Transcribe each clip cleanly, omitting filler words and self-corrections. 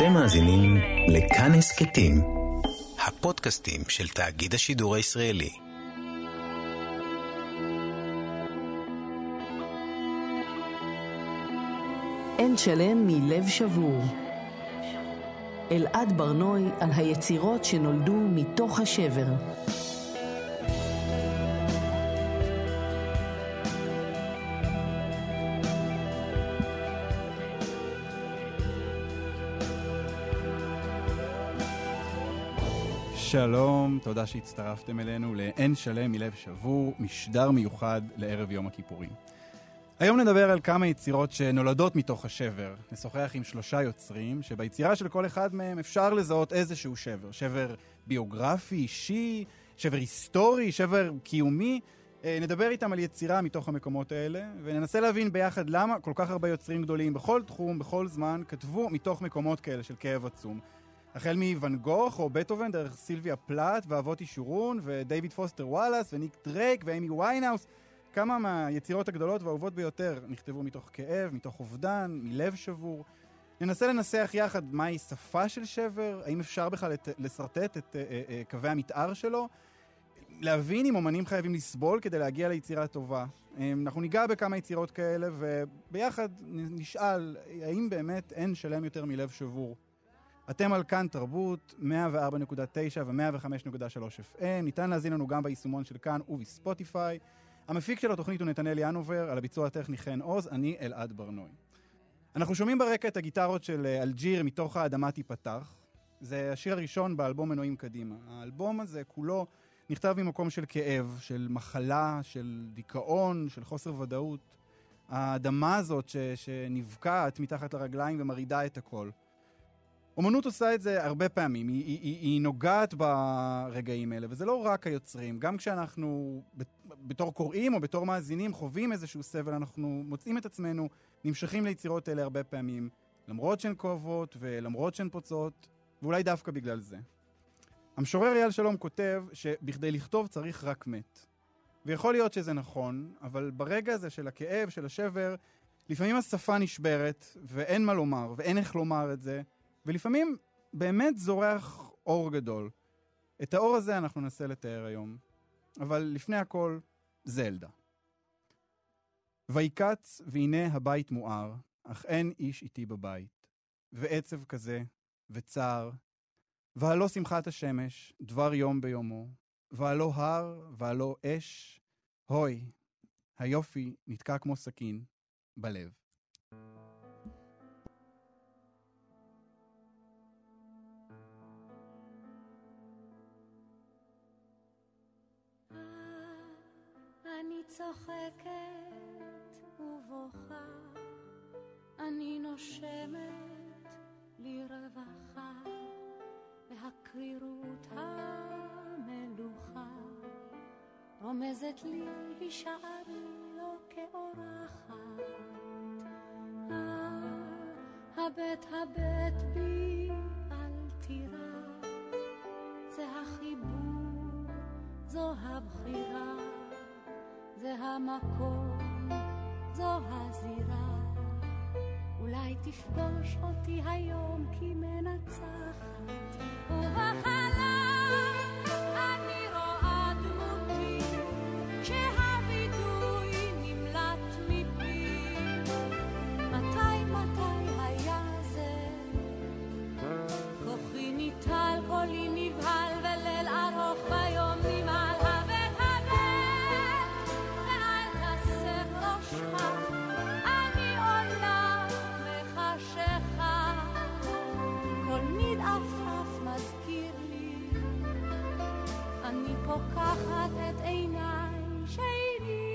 אתם מאזינים לכאן הסכתים, הפודקאסטים של תאגיד השידור הישראלי. אין שלם מלב שבור. אלעד ברנוי על היצירות שנולדו מתוך השבר. שלום, תודה שהצטרפתם אלינו לאין שלם מלב שבור, משדר מיוחד לערב יום הכיפורים. היום נדבר על כמה יצירות שנולדות מתוך השבר. נשוחח עם 3 יוצרים, שביצירה של כל אחד מהם אפשר לזהות איזשהו שבר. שבר ביוגרפי, אישי, שבר היסטורי, שבר קיומי. נדבר איתם על יצירה מתוך המקומות האלה, וננסה להבין ביחד למה כל כך הרבה יוצרים גדולים בכל תחום, בכל זמן, כתבו מתוך מקומות כאלה של כאב עצום. החל מוואן גוך או בטהובן, דרך סילביה פלאט ואבות ישורון ודייוויד פוסטר וואלאס וניק דרייק ואימי ויינהאוס. כמה מהיצירות הגדולות והאהובות ביותר נכתבו מתוך כאב, מתוך אובדן, מלב שבור. ננסה לנסח יחד מהי שפה של שבר, האם אפשר בכלל לסרטט את קווי המתאר שלו, להבין אם אומנים חייבים לסבול כדי להגיע ליצירה טובה. אנחנו ניגע בכמה יצירות כאלה וביחד נשאל האם באמת אין שלם יותר מלב שבור. אתם על כאן תרבות, 104.9 ו-105.3 FM. ניתן להזין לנו גם ביישומון של כאן ובספוטיפיי. המפיק של התוכנית הוא נתנאל ינובר, על הביצוע הטכני חן עוז, אני אלעד ברנוי. אנחנו שומעים ברקע את הגיטרות של אלג'יר מתוך האדמה תיפתח. זה השיר הראשון באלבום מנועים קדימה. האלבום הזה כולו נכתב ממקום של כאב, של מחלה, של דיכאון, של חוסר ודאות. האדמה הזאת שנבקעת מתחת לרגליים ומרידה את הכל. אומנות עושה את זה הרבה פעמים, היא נוגעת ברגעים האלה, וזה לא רק היוצרים, גם כשאנחנו בתור קוראים או בתור מאזינים חווים איזשהו סבל, אנחנו מוצאים את עצמנו נמשכים ליצירות האלה הרבה פעמים, למרות שהן כואבות ולמרות שהן פוצעות, ואולי דווקא בגלל זה. המשורר אייל שלום כותב שבכדי לכתוב צריך רק מת. ויכול להיות שזה נכון, אבל ברגע הזה של הכאב, של השבר, לפעמים השפה נשברת ואין מה לומר ואין איך לומר את זה, ולפעמים באמת זורח אור גדול. את האור הזה אנחנו ננסה לתאר היום. אבל לפני הכל, זלדה. ויקץ והנה הבית מואר, אך אין איש איתי בבית. ועצב כזה, וצער, והלא שמחת השמש, דבר יום ביומו, והלא הר, והלא אש, הוי, היופי נתקע כמו סכין בלב. אני צוחקת ובוכה, אני נושמת לרווחה, והקרירות המלוכה רומזת לי הישארי לא כאורחת. הבט בי אל תירא, זה החיבור, זו הבחירה, זה המקום, זו הזירה. אולי תפגוש אותי היום כי מנצחת, ובחלום אני רואה דמותי כשהווידוי נמלט מפי. מתי היה זה? כוחי ניטל, קולי נבהל, וליל ארוך ביום נמעל. אני עולה מחשכה, כל מיד אפף מזכיר לי, אני פוקחת את עיניי שלי.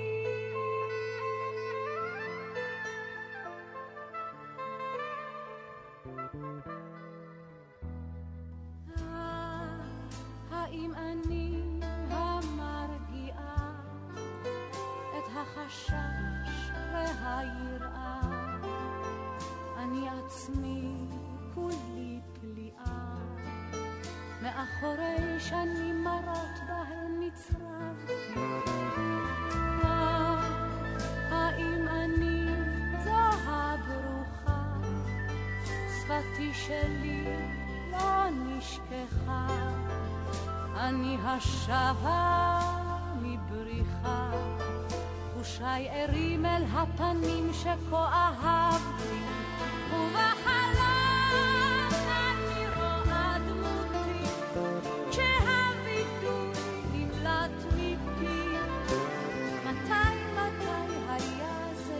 האם אני המרגיעה את החשש והיראה? אני עצמי כולי פליאה, מאחורי שנים מרות בהן נצרבתי. האם אני זו הברוכה, שפתי שלי לא נשכחה, אני השבה מבריחה, חושי ערים אל הפנים שכה אהבתי, ובחלום אני רואה דמותי, כשהווידוי נמלט מפי. מתי היה זה?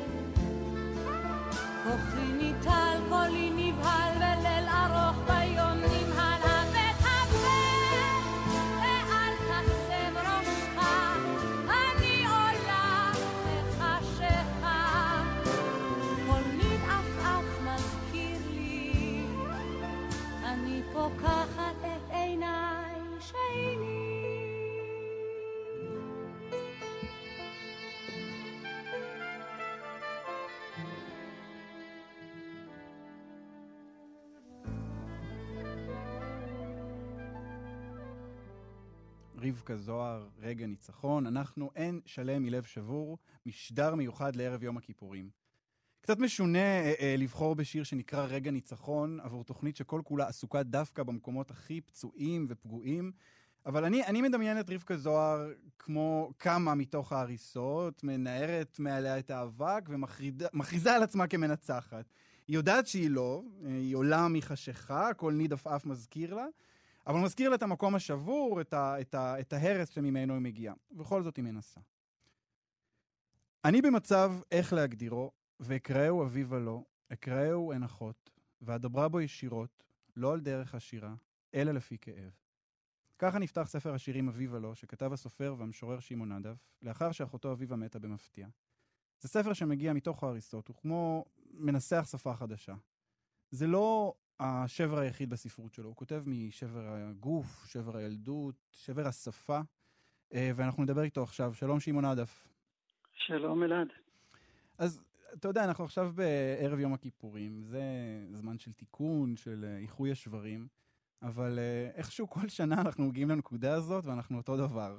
כוחי ניטל, קולי נבהל, וליל ארוך ביום נמהל. הבט הבט, ואל תסב ראשך, אני עולה בחשכה. כל ניד עפעף מזכיר לי, אני פוקחת את עיניי שני. רבקה זוהר, רגע ניצחון. אנחנו אין שלם מלב שבור, משדר מיוחד לערב יום הכיפורים. קצת משונה לבחור בשיר שנקרא רגע ניצחון, עבור תוכנית שכל כולה עסוקה דווקא במקומות הכי פצועים ופגועים, אבל אני מדמיין את רבקה זוהר כמו קמה מתוך ההריסות, מנערת מעליה את האבק ומכריזה על עצמה כמנצחת. היא יודעת שהיא לא, היא עולה מחשכה, כל ניד עפעף מזכיר לה, אבל מזכיר לה את המקום השבור, את ההרס שממנו היא מגיעה. ובכל זאת היא מנסה. אני במצב איך להגדירו, ואקראהו אביבה לו, אקראהו אין אחות, ואדברה בו ישירות, לא על דרך השירה, אלא לפי כאב. ככה נפתח ספר השירים אביבה לו, שכתב הסופר והמשורר שמעון נדב, לאחר שאחותו אביבה מתה במפתיע. זה ספר שמגיע מתוך ההריסות, הוא כמו מנסח שפה חדשה. זה לא השבר היחיד בספרות שלו, הוא כותב משבר הגוף, שבר הילדות, שבר השפה, ואנחנו נדבר איתו עכשיו. שלום שמעון נדב. שלום אלעד. אז אתה יודע, אנחנו עכשיו בערב יום הכיפורים, זה זמן של תיקון, של איחוי השברים, אבל איכשהו כל שנה אנחנו מגיעים לנקודה הזאת ואנחנו אותו דבר.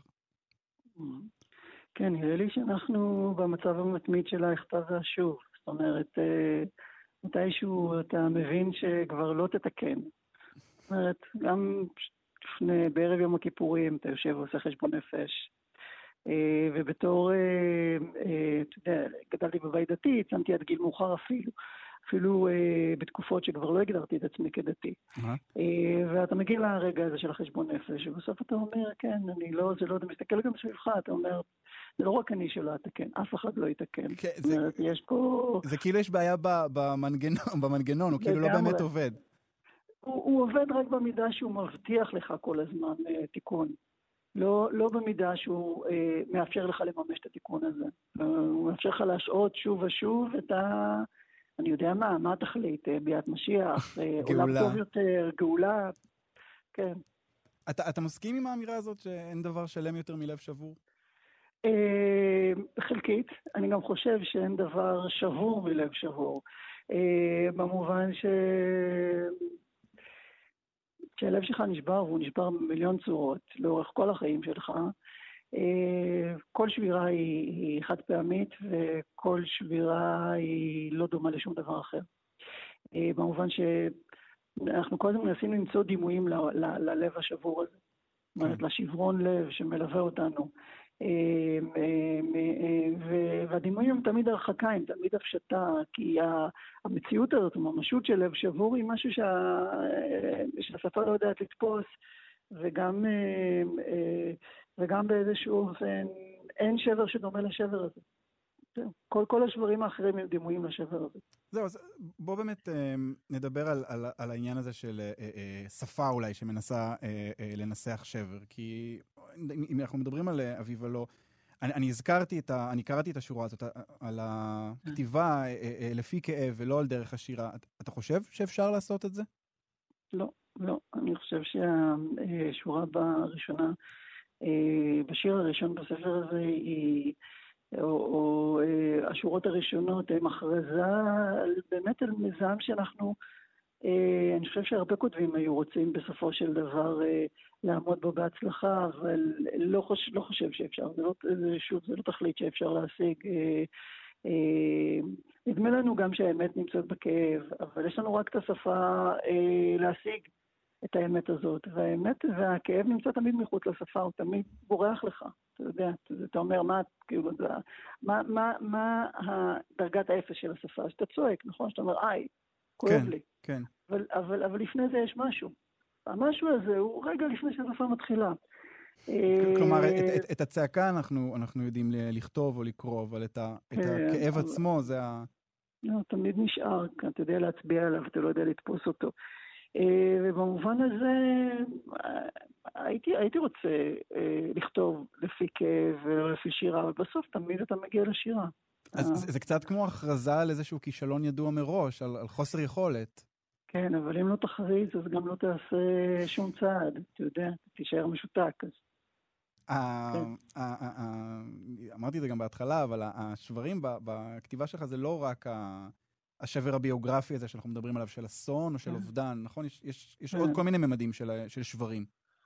כן, נראה לי שאנחנו במצב המתמיד של האכתב והשוב. זאת אומרת, מתישהו אתה מבין שכבר לא תתקן. זאת אומרת, גם בערב יום הכיפורים אתה יושב ועושה חשבון נפש, ובתור, אתה יודע, גדלתי בבית דתי, צמתי עד גיל מאוחר אפילו בתקופות שכבר לא הגדרתי את עצמי כדתי. ואתה מגיע לרגע הזה של החשבון נפש, ובסוף אתה אומר, כן, זה לא, אתה מסתכל גם סביבך, אתה אומר, זה לא רק אני שלא אתקן, אף אחד לא יתקן. יש פה... זה כאילו יש בעיה במנגנון, הוא כאילו לא באמת עובד. הוא עובד רק במידה שהוא מבטיח לך כל הזמן תיקון. לא במידה שהוא מאפשר לך לממש את התיקון הזה. הוא מאפשר לך להשעות שוב ושוב את אני יודע מה התכלית, ביאת משיח, עולם טוב יותר, גאולה, כן. אתה מסכים עם האמירה הזאת שאין דבר שלם יותר מלב שבור? חלקית. אני גם חושב שאין דבר שבור מלב שבור. במובן שהלב שלך נשבר, והוא נשבר במיליון צורות, לאורך כל החיים שלך. כל שבירה היא חד פעמית, וכל שבירה היא לא דומה לשום דבר אחר. במובן שאנחנו כל הזמן מנסים למצוא דימויים ללב השבור הזה. זאת אומרת, לשברון לב שמלווה אותנו. והדימויים הם תמיד הרחקיים, תמיד הפשטה, כי המציאות הזאת, הממשות של לב שבור, היא משהו שהשפה לא יודעת לתפוס, וגם באיזשהו אופן אין שבר שדומה לשבר הזה. כל השברים האחרים הם דימויים לשבר הזה. זהו, אז בוא באמת נדבר על העניין הזה של שפה אולי שמנסה לנסח שבר, כי אם אנחנו מדברים על אביבה לו, אני קראתי את השורה הזאת על הכתיבה לפי כאב ולא על דרך השירה. אתה חושב שאפשר לעשות את זה? לא. אני חושב שהשורה בראשונה, בשיר הראשון בספר הזה או השורות הראשונות הן הכרזה באמת על מזעם שאנחנו, אני חושב שהרבה כותבים היו רוצים בסופו של דבר לעמוד בו בהצלחה, אבל לא חושב שאפשר, זה לא תכלית שאפשר להשיג. נדמה לנו גם שהאמת נמצאת בכאב, אבל יש לנו רק את השפה להשיג את האמת הזאת, והאמת והכאב נמצא תמיד מחוץ לשפה, הוא תמיד בורח לך, אתה יודע, אתה אומר מה דרגת האפס של השפה, שאתה צועק, נכון? שאתה אומר, כואב לי. כן. אבל לפני זה יש משהו. המשהו הזה הוא רגע לפני שהשפה מתחילה. כלומר, את הצעקה אנחנו יודעים לכתוב או לקרוא, אבל את הכאב עצמו זה תמיד נשאר, אתה יודע להצביע עליו, אתה לא יודע לתפוס אותו. ובמובן הזה הייתי רוצה לכתוב לפי כאב ולא לפי שירה, אבל בסוף תמיד אתה מגיע לשירה. אז זה קצת כמו הכרזה על איזשהו כישלון ידוע מראש, על חוסר יכולת. כן, אבל אם לא תחריז, אז גם לא תעשה שום צעד, אתה יודע, תישאר משותק. אמרתי את זה גם בהתחלה, אבל השברים בכתיבה שלך זה לא רק השבר הביוגרפי הזה שאנחנו מדברים עליו, של אסון או של אובדן, נכון? יש עוד כל מיני ממדים של שברים.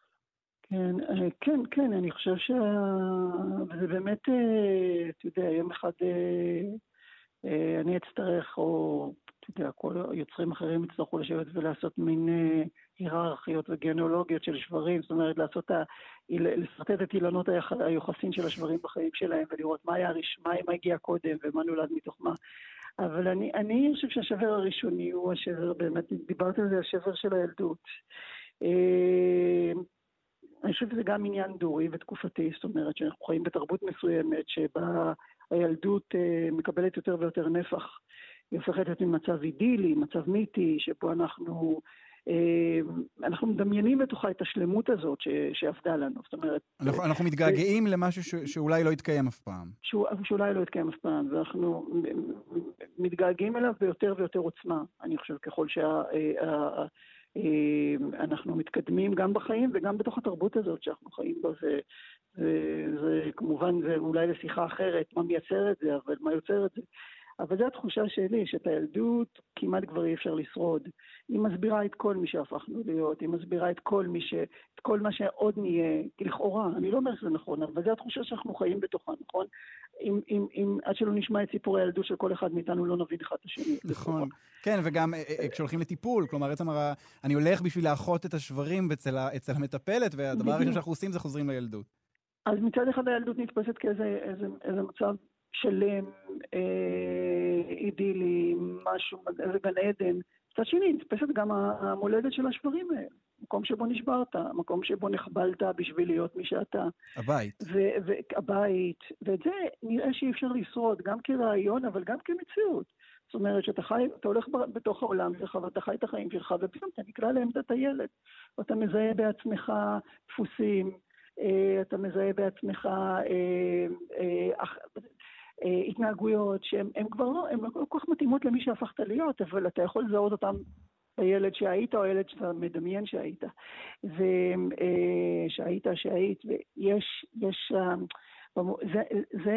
כן, אני חושב שזה באמת, אתה יודע, יום אחד אני אצטרך, או אתה יודע, כל יוצרים אחרים יצטרכו לשבת ולעשות מין היררכיות וגנאולוגיות של שברים, זאת אומרת, לסרטט את אילנות היוחסין של השברים בחיים שלהם, ולראות מה הגיע קודם ומה נולד מתוך מה. אבל אני חושב שהשבר הראשוני הוא השבר, באמת, דיברת על זה, השבר של הילדות. אני חושב שזה גם עניין דורי ותקופתי, זאת אומרת שאנחנו חיים בתרבות מסוימת שבה הילדות מקבלת יותר ויותר נפח. היא הופכת להיות ממצב אידילי, מצב מיתי, שבו אנחנו מדמיינים בתוכה את השלמות הזאת שעבדה לנו. זאת אומרת, אנחנו מתגעגעים למשהו שאולי לא יתקיים אף פעם. שאולי לא יתקיים אף פעם, ואנחנו מתגעגעים אליו ביותר ויותר עוצמה. אני חושב ככל אנחנו מתקדמים גם בחיים וגם בתוך התרבות הזאת שאנחנו חיים בה, זה כמובן, זה אולי לשיחה אחרת, מה מייצר את זה, אבל מה יוצר את זה. אבל זו התחושה שלי, שאת הילדות כמעט כבר אי אפשר לשרוד. היא מסבירה את כל מי שהפכנו להיות, היא מסבירה את כל מה שעוד נהיה, לכאורה, אני לא אומר שזה נכון, אבל זו התחושה שאנחנו חיים בתוכה, נכון? אם עד שלא נשמע את סיפורי הילדות של כל אחד מאיתנו, לא נבין אחד את השני. נכון. כן, וגם כשהולכים לטיפול, כלומר, עצם אני הולך בשביל לאחות את השברים אצל המטפלת, והדבר הראשון שאנחנו עושים זה חוזרים לילדות. אז מצד אחד הילדות נתפסת כאיזה מצב שלם, אידילי, משהו, איזה גן עדן. מצד שני, נתפסת גם המולדת של השברים האלה. מקום שבו נשברת, מקום שבו נחבלת בשביל להיות מי שאתה. הבית. הבית. ואת זה נראה שאי אפשר לשרוד, גם כרעיון, אבל גם כמציאות. זאת אומרת שאתה הולך בתוך העולם שלך, ואתה חי את החיים שלך, ופתאום אתה נקרא לעמדת הילד. ואתה מזהה בעצמך דפוסים, אתה מזהה בעצמך התנהגויות שהן כבר לא כל כך מתאימות למי שהפכת להיות, אבל אתה יכול לזהות אותם בילד שהיית או הילד שאתה מדמיין שהיית. שהיית, ויש, זה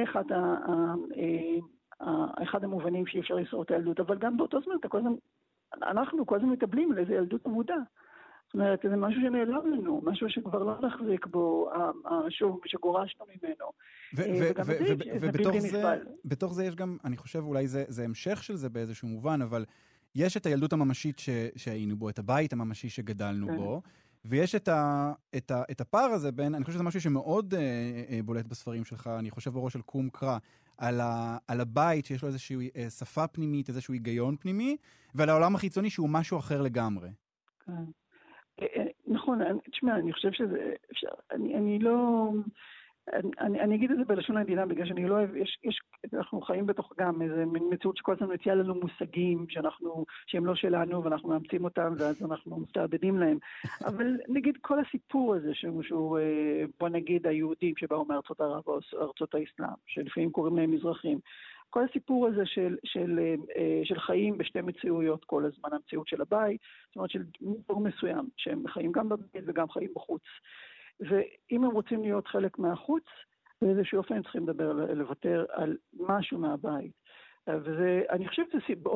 אחד המובנים שאי אפשר לשרוד את הילדות, אבל גם באותו זמן אנחנו כל הזמן מקבלים לאיזה ילדות עמודה. זאת אומרת, זה משהו שנעלם לנו, משהו שכבר לא נחזיק בו, שוב, שגורשנו ממנו. ובתוך זה יש גם, אני חושב, אולי זה המשך של זה באיזשהו מובן, אבל יש את הילדות הממשית שהיינו בו, את הבית הממשי שגדלנו בו, ויש את הפער הזה בין, אני חושב שזה משהו שמאוד בולט בספרים שלך, אני חושב בראש של קום קרא, על הבית שיש לו איזושהי שפה פנימית, איזשהו היגיון פנימי, ועל העולם החיצוני שהוא משהו אחר לגמרי. כן. נכון, תשמע, אני חושב שזה, אני לא, אני אגיד את זה בלשון העדינה, בגלל שאני לא אוהב, אנחנו חיים בתוך גם איזה מציאות שכל הזמן מציעה לנו מושגים שהם לא שלנו, ואנחנו מאמצים אותם, ואז אנחנו מסתעבדים להם. אבל נגיד כל הסיפור הזה, שהוא, בוא נגיד, היהודים שבאו מארצות ערב או ארצות האסלאם, שלפעמים קוראים להם מזרחים, כל הסיפור הזה של חיים בשתי מציאויות כל הזמן, המציאות של הבית, זאת אומרת של דור מסוים, שהם חיים גם בבית וגם חיים בחוץ. ואם הם רוצים להיות חלק מהחוץ, באיזשהו אופן הם צריכים לוותר על משהו מהבית. ואני חושבת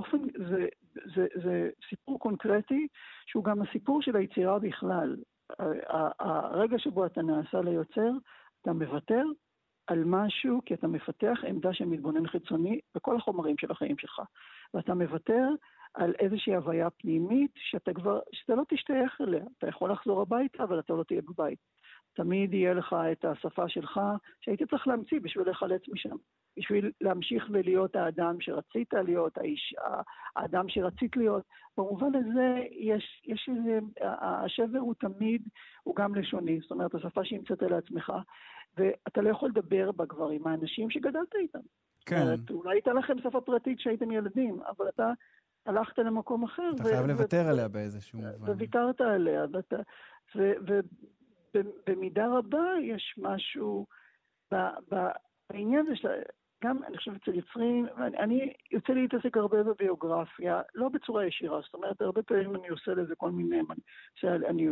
זה סיפור קונקרטי, שהוא גם הסיפור של היצירה בכלל. הרגע שבו אתה נעשה ליוצר, אתה מוותר על משהו, כי אתה מפתח עמדה של מתבונן חיצוני בכל החומרים של החיים שלך. ואתה מוותר על איזושהי הוויה פנימית שאתה לא תשתייך אליה. אתה יכול לחזור הביתה, אבל אתה לא תהיה בבית. תמיד יהיה לך את השפה שלך, שהייתי צריך להמציא בשביל לחלץ משם. בשביל להמשיך ולהיות האדם שרצית להיות, האדם שרצית להיות. במובן הזה, יש איזה, השבר הוא תמיד, הוא גם לשוני, זאת אומרת, השפה שהמצאת לעצמך, ואתה לא יכול לדבר בה כבר עם האנשים שגדלת איתם. כן. זאת אומרת, אולי הייתה לכם שפה פרטית שהייתם ילדים, אבל אתה הלכת למקום אחר. אתה חייב לוותר עליה באיזשהו מובן. וויתרת עליה, ובמידה רבה יש משהו בעניין הזה גם, אני חושב, אצל יוצרים, אני יוצא לי להתעסק הרבה בביוגרפיה, לא בצורה ישירה, זאת אומרת, הרבה פעמים אני עושה לזה כל מיני, אני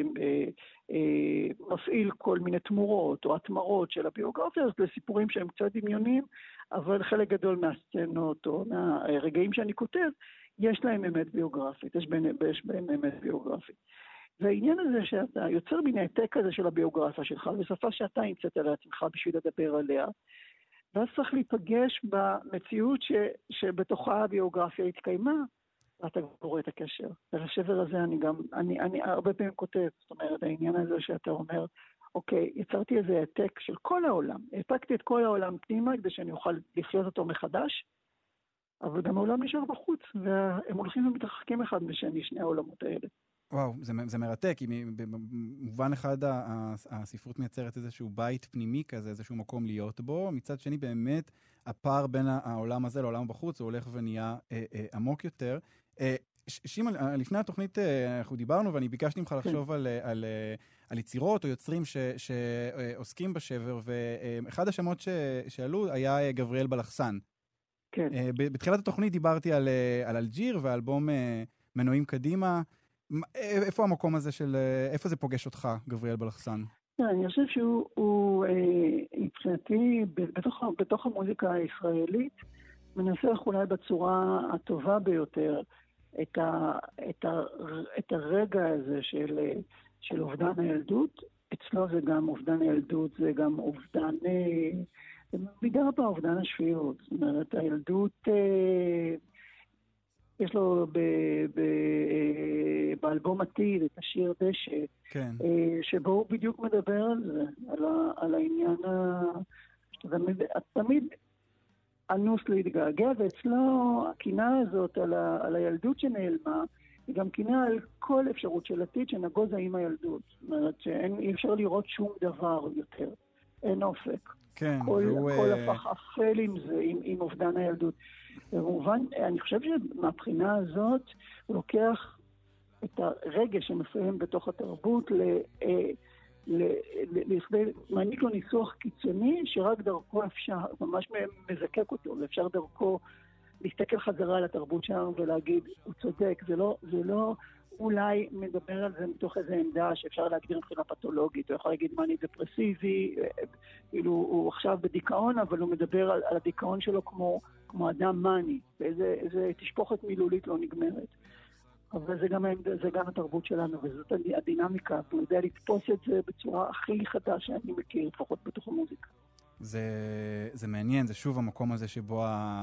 מפעיל כל מיני תמורות או התמרות של הביוגרפיה, אז לסיפורים שהם קצת דמיוניים, אבל חלק גדול מהסצנות או מהרגעים שאני כותב, יש להם אמת ביוגרפית, יש בהם אמת ביוגרפית. והעניין הזה שאתה יוצר מן העתק הזה של הביוגרפיה שלך, ושפה שאתה המצאת לעצמך בשביל לדבר עליה, ואז צריך להיפגש במציאות שבתוכה הביוגרפיה התקיימה, ואתה רואה את הקשר. ולשבר הזה אני הרבה פעמים כותב, זאת אומרת, העניין הזה שאתה אומר, אוקיי, יצרתי איזה העתק של כל העולם, העתקתי את כל העולם פנימה, כדי שאני אוכל לחיות אותו מחדש, אבל גם העולם נשאר בחוץ, והם הולכים ומתרחקים אחד משני, שני העולמות האלה. וואו, זה מרתק, כי במובן אחד הספרות מייצרת איזשהו בית פנימי כזה, איזשהו מקום להיות בו, מצד שני באמת הפער בין העולם הזה לעולם בחוץ, הוא הולך ונהיה עמוק יותר. שמעון, לפני התוכנית אנחנו דיברנו, ואני ביקשתי ממך לחשוב על יצירות או יוצרים שעוסקים בשבר, ואחד השמות שעלו היה גבריאל בלחסן. כן. בתחילת התוכנית דיברתי על אלג'יר ואלבום מנועים קדימה. איפה המקום הזה איפה זה פוגש אותך, גבריאל בלחסן? אני חושב שהוא מבחינתי, בתוך המוזיקה הישראלית, מנסח אולי בצורה הטובה ביותר את הרגע הזה של אובדן הילדות. אצלו זה גם אובדן הילדות, זה גם אובדן, במידה רבה אובדן השפיות. זאת אומרת, הילדות, יש לו באלבום עתיד את השיר דשא, כן. שבו הוא בדיוק מדבר על זה, על העניין, תמיד אנוס להתגעגע, ואצלו הקינה הזאת על הילדות שנעלמה, היא גם קינה על כל אפשרות של עתיד שנגוזה עם הילדות. זאת אומרת שאי אפשר לראות שום דבר יותר, אין אופק. כן, כל הפך אפל עם זה, עם אובדן הילדות. במובן, אני חושב שמהבחינה הזאת הוא לוקח את הרגש שמסוים בתוך התרבות מעניק לו ניסוח קיצוני שרק דרכו אפשר, ממש מזקק אותו, ואפשר דרכו להסתכל חזרה על התרבות שלנו ולהגיד, הוא צודק, זה לא אולי מדבר על זה מתוך איזו עמדה שאפשר להגדיר מבחינה פתולוגית, הוא יכול להגיד מאני דפרסיבי, כאילו הוא עכשיו בדיכאון, אבל הוא מדבר על הדיכאון שלו כמו אדם מאני, ואיזה תשפוכת מילולית לא נגמרת. אבל זה גם התרבות שלנו, וזאת הדינמיקה, הוא יודע לתפוס את זה בצורה הכי חדה שאני מכיר, לפחות בתוך המוזיקה. זה מעניין, זה שוב המקום הזה שבו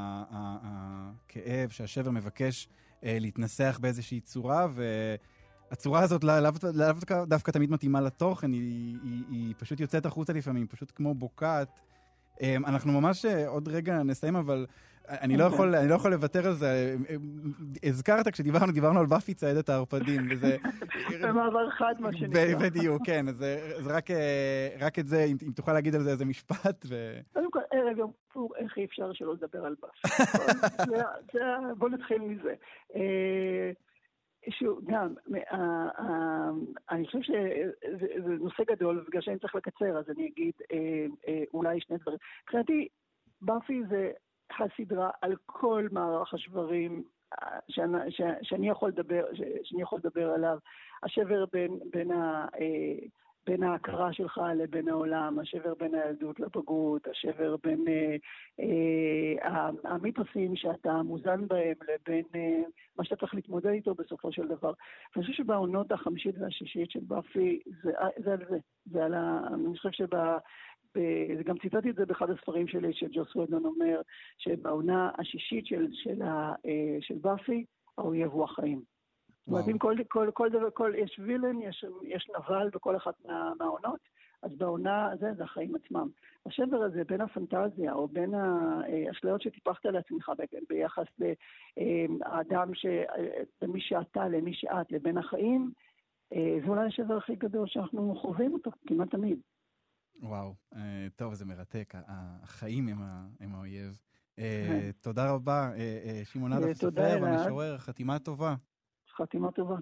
הכאב, שהשבר מבקש להתנסח באיזושהי צורה, והצורה הזאת לאו דווקא תמיד מתאימה לתוכן, היא פשוט יוצאת החוצה לפעמים, פשוט כמו בוקעת. אנחנו ממש עוד רגע נסיים, אבל אני לא יכול לוותר על זה. הזכרת כשדיברנו על באפי ציידת הערפדים, וזה במעבר חד מה שנקרא. בדיוק, כן, אז רק את זה, אם תוכל להגיד על זה איזה משפט. קודם כל, ערב יום כיפור, איך אי אפשר שלא לדבר על באפי? בוא נתחיל מזה. גם, אני חושב שזה נושא גדול, ובגלל שאני צריך לקצר, אז אני אגיד אולי שני דברים. מבחינתי, באפי זה הסדרה על כל מערך השברים שאני יכול לדבר עליו, השבר בין ההכרה שלך לבין העולם, השבר בין הילדות לבגרות, השבר בין המיתוסים שאתה מוזן בהם לבין מה שאתה צריך להתמודד איתו בסופו של דבר. אני חושב שבעונות החמישית והשישית של באפי זה על זה. אני חושב גם ציטטתי את זה באחד הספרים שלי, שג'וס וודון אומר, שבעונה השישית של באפי, האויב הוא החיים. זאת אומרת, אם כל דבר, יש וילן, יש נבל בכל אחת מהעונות, אז בעונה זה החיים עצמם. השבר הזה בין הפנטזיה, או בין האשליות שטיפחת לעצמך ביחס לאדם, למי שאתה, למי שאת, לבין החיים, זה אולי השבר הכי גדול שאנחנו חווים אותו, כמעט תמיד. וואו, טוב, זה מרתק, החיים הם האויב. תודה רבה, שמעון עדה סופר, המשורר, חתימה טובה. חתימה טובה.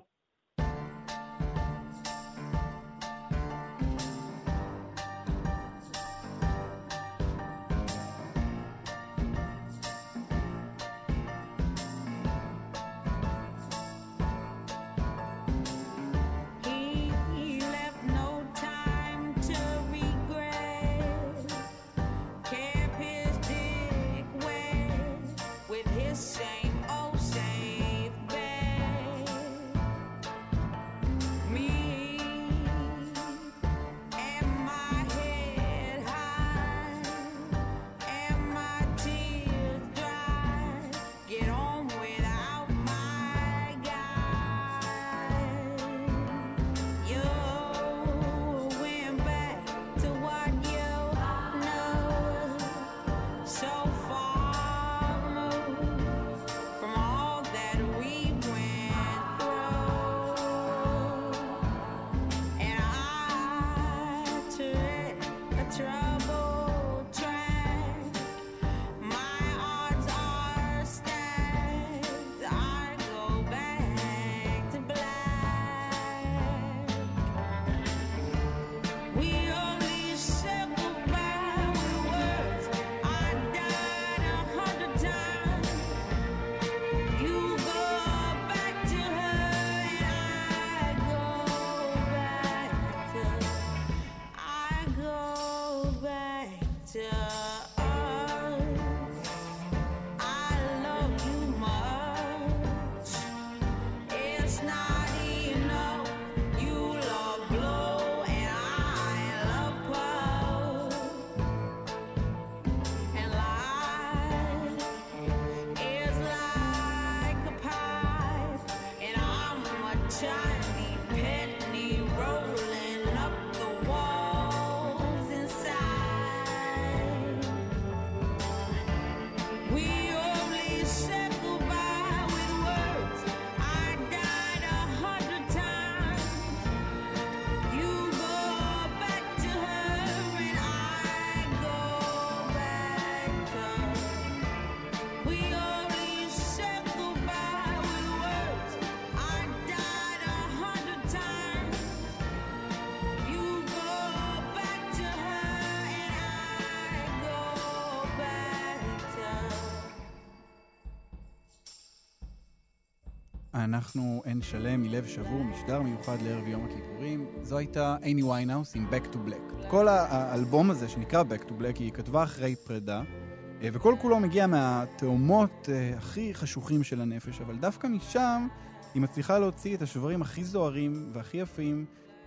אנחנו אין שלם מלב שבור, משדר מיוחד לערב יום הכיפורים. זו הייתה אימי ויינהאוס עם Back to Black. כל האלבום הזה שנקרא Back to Black היא כתבה אחרי פרידה, וכל כולו מגיע מהתאומות הכי חשוכים של הנפש, אבל דווקא משם היא מצליחה להוציא את השברים הכי זוהרים והכי יפים,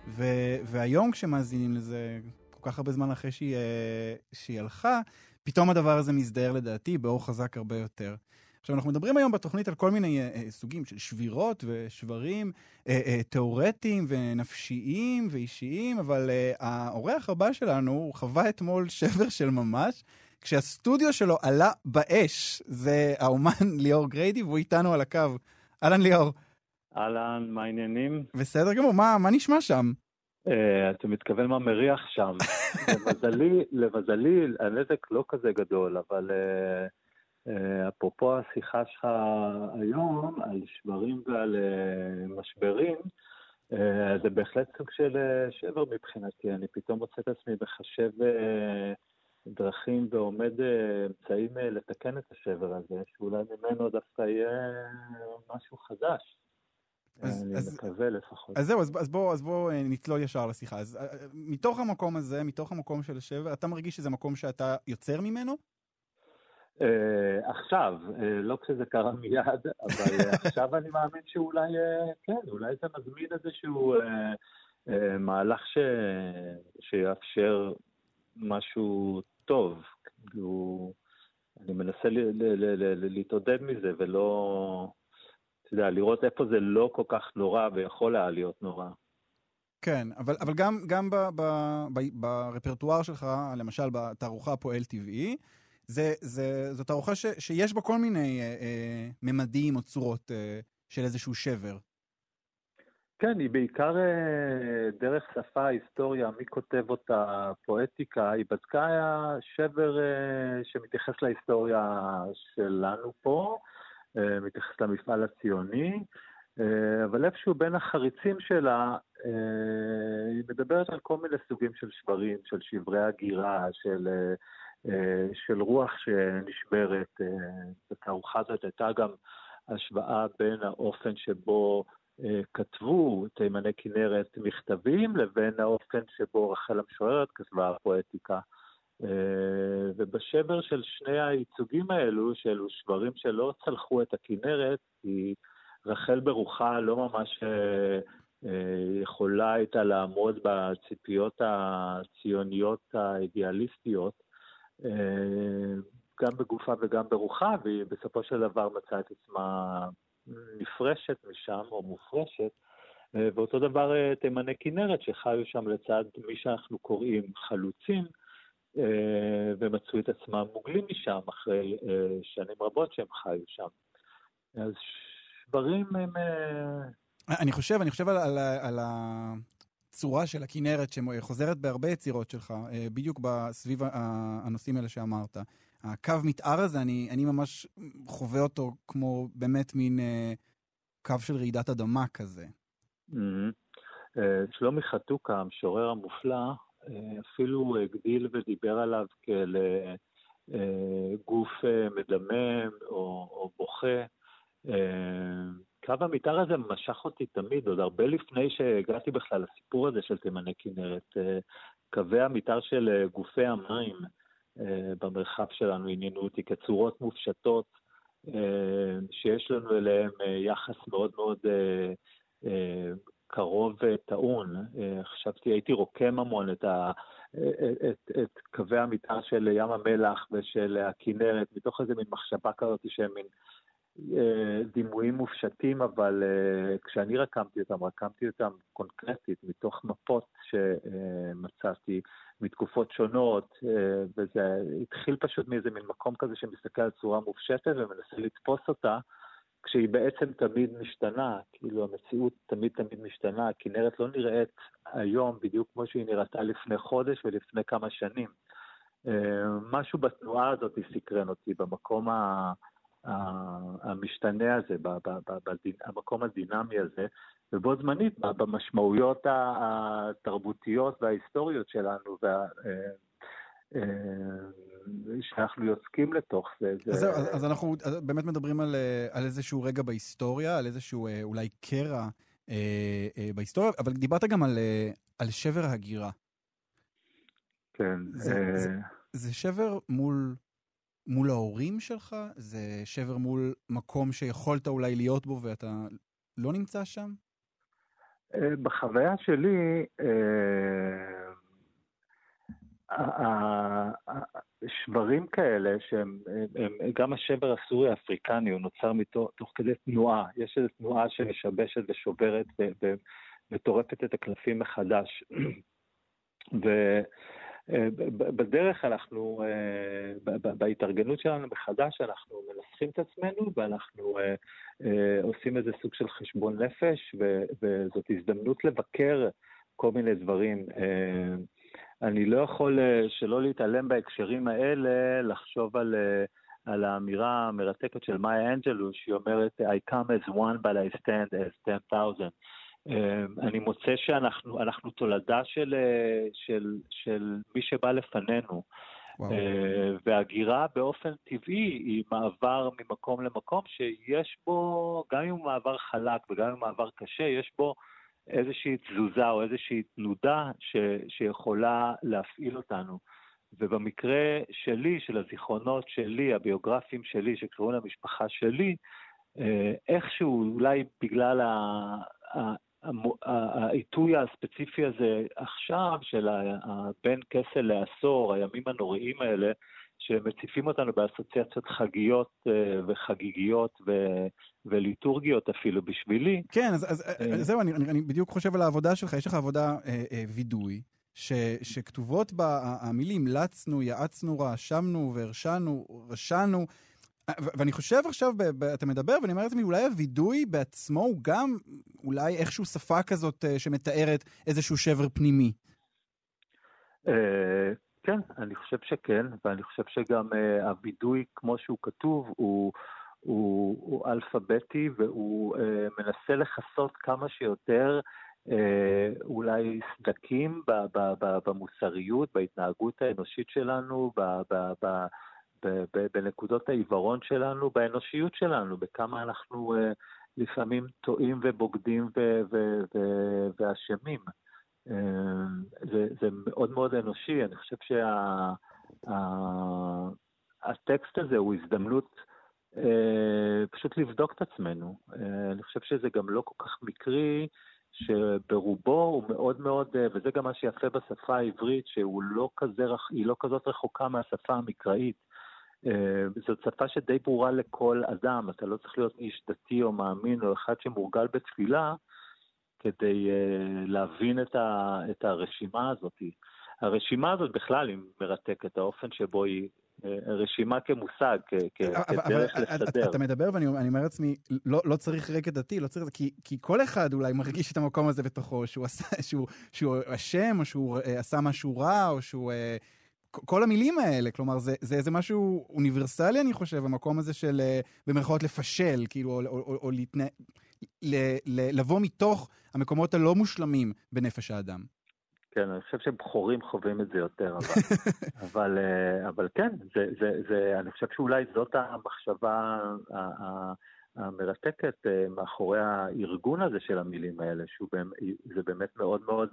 והיום כשמאזינים לזה, כל כך הרבה זמן אחרי שהיא הלכה, פתאום הדבר הזה מזדהר לדעתי באור חזק הרבה יותר. עכשיו, אנחנו מדברים היום בתוכנית על כל מיני סוגים של שבירות ושברים תיאורטיים ונפשיים ואישיים, אבל האורח הבא שלנו חווה אתמול שבר של ממש, כשהסטודיו שלו עלה באש. זה האומן ליאור גריידי, והוא איתנו על הקו. אהלן ליאור. אהלן, מה העניינים? בסדר גמור, מה נשמע שם? אתה מתכוון מה מריח שם. למזלי, הנזק לא כזה גדול, אבל אפרופו השיחה שלך היום על שברים ועל משברים, זה בהחלט סוג של שבר מבחינתי. אני פתאום מוצא את עצמי בחשב דרכים ועומד אמצעים לתקן את השבר הזה, שאולי ממנו דווקא יהיה משהו חדש. אני מקווה לפחות. אז זהו, אז בוא נצלול ישר לשיחה. אז מתוך המקום הזה, מתוך המקום של השבר, אתה מרגיש שזה מקום שאתה יוצר ממנו? עכשיו, לא כשזה קרה מיד, אבל עכשיו אני מאמין שאולי, כן, אולי זה מזמין איזשהו מהלך שיאפשר משהו טוב. כאילו, אני מנסה להתעודד מזה, ולא, אתה יודע, לראות איפה זה לא כל כך נורא, ויכול היה להיות נורא. כן, אבל גם ברפרטואר שלך, למשל בתערוכה פועל טבעי, זו תערוכה שיש בה כל מיני ממדים או צורות של איזשהו שבר. כן, היא בעיקר דרך שפה, היסטוריה, מי כותב אותה, פואטיקה, היא בדקה שבר שמתייחס להיסטוריה שלנו פה, מתייחס למפעל הציוני, אבל איפשהו בין החריצים שלה, היא מדברת על כל מיני סוגים של שברים, של שברי הגירה, של רוח שנשברת. בתערוכה הזאת הייתה גם השוואה בין האופן שבו כתבו תימני כנרת מכתבים, לבין האופן שבו רחל המשוררת כתבה פואטיקה. ובשבר של שני הייצוגים האלו, שאלו שברים שלא צלחו את הכנרת, כי רחל ברוחה לא ממש יכולה הייתה לעמוד בציפיות הציוניות האידיאליסטיות, גם בגופה וגם ברוחה, והיא בסופו של דבר מצאה את עצמה נפרשת משם או מופרשת, ואותו דבר תימני כנרת שחיו שם לצד מי שאנחנו קוראים חלוצים, ומצאו את עצמם מוגלים משם אחרי שנים רבות שהם חיו שם. אז שברים הם... אני חושב על הצורה של הכנרת שחוזרת בהרבה יצירות שלך, בדיוק סביב הנושאים האלה שאמרת. הקו מתאר הזה, אני ממש חווה אותו כמו באמת מין קו של רעידת אדמה כזה. שלומי חתוקה, המשורר המופלא, אפילו הגדיל ודיבר עליו כאל גוף מדמם או בוכה. קו המתאר הזה משך אותי תמיד, עוד הרבה לפני שהגעתי בכלל לסיפור הזה של תימני כנרת. קווי המתאר של גופי המים במרחב שלנו עניינו אותי כצורות מופשטות, שיש לנו אליהם יחס מאוד מאוד קרוב וטעון. חשבתי, הייתי רוקם המון את קווי המתאר של ים המלח ושל הכנרת, מתוך איזה מין מחשבה כזאת שהם מין דימויים מופשטים, אבל כשאני רקמתי אותם קונקרטית, מתוך מפות שמצאתי מתקופות שונות, וזה התחיל פשוט מאיזה מין מקום כזה שמסתכל על צורה מופשטת ומנסה לתפוס אותה, כשהיא בעצם תמיד משתנה, כאילו המציאות תמיד משתנה, הכנרת לא נראית היום בדיוק כמו שהיא נראתה לפני חודש ולפני כמה שנים. משהו בתנועה הזאת סקרן אותי, במקום המשתנה הזה, המקום הדינמי הזה, ובו זמנית במשמעויות התרבותיות וההיסטוריות שלנו, שאנחנו יוצקים לתוך זה. אז אנחנו באמת מדברים על איזשהו רגע בהיסטוריה, על איזשהו אולי קרע בהיסטוריה, אבל דיברת גם על שבר הגירה. כן. זה שבר מול ההורים שלך? זה שבר מול מקום שיכולת אולי להיות בו ואתה לא נמצא שם? בחוויה שלי, שברים כאלה, גם השבר הסורי האפריקני, הוא נוצר תוך כדי תנועה. יש איזו תנועה שמשבשת ושוברת וטורפת את הקלפים מחדש. בדרך אנחנו, בהתארגנות שלנו מחדש, אנחנו מנסחים את עצמנו, ואנחנו עושים איזה סוג של חשבון נפש, וזאת הזדמנות לבקר כל מיני דברים. אני לא יכול שלא להתעלם בהקשרים האלה, לחשוב על האמירה המרתקת של מאיה אנג'לו, שהיא אומרת, I come as one, but I stand as 10,000. אני מוצא שאנחנו תולדה של מי שבא לפנינו. והגירה באופן טבעי היא מעבר ממקום למקום שיש בו, גם אם הוא מעבר חלק וגם אם הוא מעבר קשה, יש בו איזושהי תזוזה או איזושהי תנודה שיכולה להפעיל אותנו. ובמקרה שלי, של הזיכרונות שלי, הביוגרפיים שלי, שקראו למשפחה שלי, איכשהו, אולי בגלל העיתוי הספציפי הזה עכשיו, של בין כסל לעשור, הימים הנוראים האלה, שמציפים אותנו באסוציאציות חגיות וחגיגיות וליטורגיות אפילו בשבילי. כן, אז זהו, אני בדיוק חושב על העבודה שלך, יש לך עבודה וידוי, שכתובות בה המילים לצנו, יעצנו, רעשמנו, והרשנו, רשנו, ואני חושב עכשיו, אתה מדבר, ואני אומר לעצמי, אולי הוידוי בעצמו הוא גם אולי איכשהו שפה כזאת שמתארת איזשהו שבר פנימי. כן, אני חושב שכן, ואני חושב שגם הוידוי כמו שהוא כתוב הוא אלפביתי, והוא מנסה לחסות כמה שיותר אולי סדקים במוסריות, בהתנהגות האנושית שלנו, בנקודות העיוורון שלנו, באנושיות שלנו, בכמה אנחנו לפעמים טועים ובוגדים ואשמים. זה מאוד מאוד אנושי. אני חושב שהטקסט הזה הוא הזדמנות פשוט לבדוק את עצמנו. אני חושב שזה גם לא כל כך מקרי, שברובו הוא מאוד מאוד, וזה גם מה שיפה בשפה העברית, שהיא לא כזאת רחוקה מהשפה המקראית. זאת שפה שדי ברורה לכל אדם, אתה לא צריך להיות איש דתי או מאמין או אחד שמורגל בתפילה, כדי להבין את הרשימה הזאת. הרשימה הזאת בכלל היא מרתקת, האופן שבו היא רשימה כמושג, כדרך לסדר. אתה מדבר ואני אומר לעצמי, לא צריך רקע דתי, לא צריך, כי כל אחד אולי מרגיש את המקום הזה בתוכו, שהוא אשם, או שהוא עשה משהו רע, או שהוא... כל המילים האלה, כלומר, זה משהו אוניברסלי, אני חושב, המקום הזה של, במרכאות, לפשל, כאילו, או לבוא מתוך המקומות הלא מושלמים בנפש האדם. כן, אני חושב שבחורים חווים את זה יותר, אבל כן, אני חושב שאולי זאת המחשבה המרתקת מאחורי הארגון הזה של המילים האלה, זה באמת מאוד מאוד...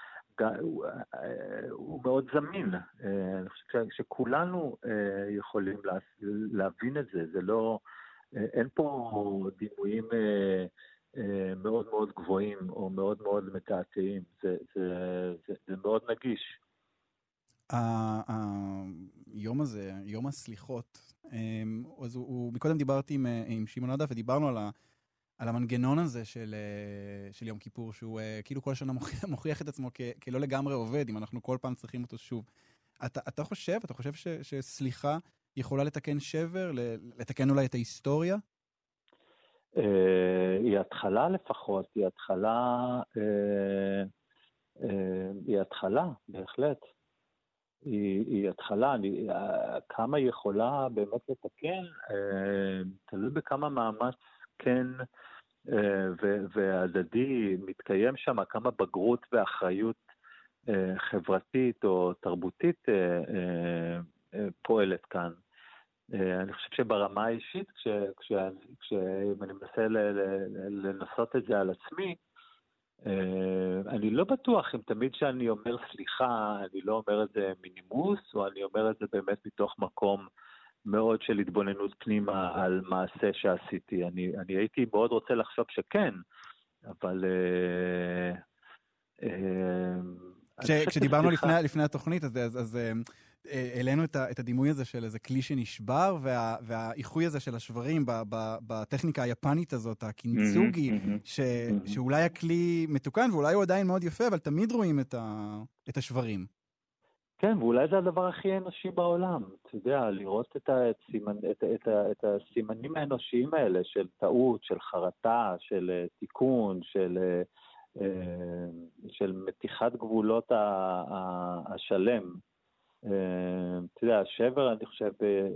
הוא מאוד זמין. אני חושב שכולנו יכולים להבין את זה. זה לא, אין פה דימויים מאוד מאוד גבוהים או מאוד מאוד מתעתעים. זה מאוד נגיש. היום הזה, יום הסליחות, אז מקודם דיברתי עם שמעון עדה ודיברנו על המנגנון הזה של יום כיפור, שהוא כאילו כל שנה מוכיח את עצמו כלא לגמרי עובד, אם אנחנו כל פעם צריכים אותו שוב. אתה חושב שסליחה יכולה לתקן שבר, לתקן אולי את ההיסטוריה? היא התחלה לפחות, היא התחלה, בהחלט. היא התחלה, כמה היא יכולה באמת לתקן, תלוי בכמה מאמץ כן והדדי מתקיים שם, כמה בגרות ואחריות חברתית או תרבותית פועלת כאן. אני חושב שברמה האישית, כשאני מנסה לנסות את זה על עצמי, אני לא בטוח אם תמיד שאני אומר סליחה, אני לא אומר את זה מנימוס, או אני אומר את זה באמת מתוך מקום מאוד של התבוננות פנימה על מעשה שעשיתי. אני הייתי מאוד רוצה לחשוב שכן, אבל... כשדיברנו לפני התוכנית, אז העלינו את הדימוי הזה של איזה כלי שנשבר, והאיחוי הזה של השברים בטכניקה היפנית הזאת, הקינצוגי, שאולי הכלי מתוקן, ואולי הוא עדיין מאוד יפה, אבל תמיד רואים את השברים. כן, ואולי זה הדבר הכי אנושי בעולם. אתה יודע, לראות את הסימנים האנושיים האלה, של טעות, של חרטה, של תיקון, של מתיחת גבולות השלם. אתה יודע, שבר, אני חושב,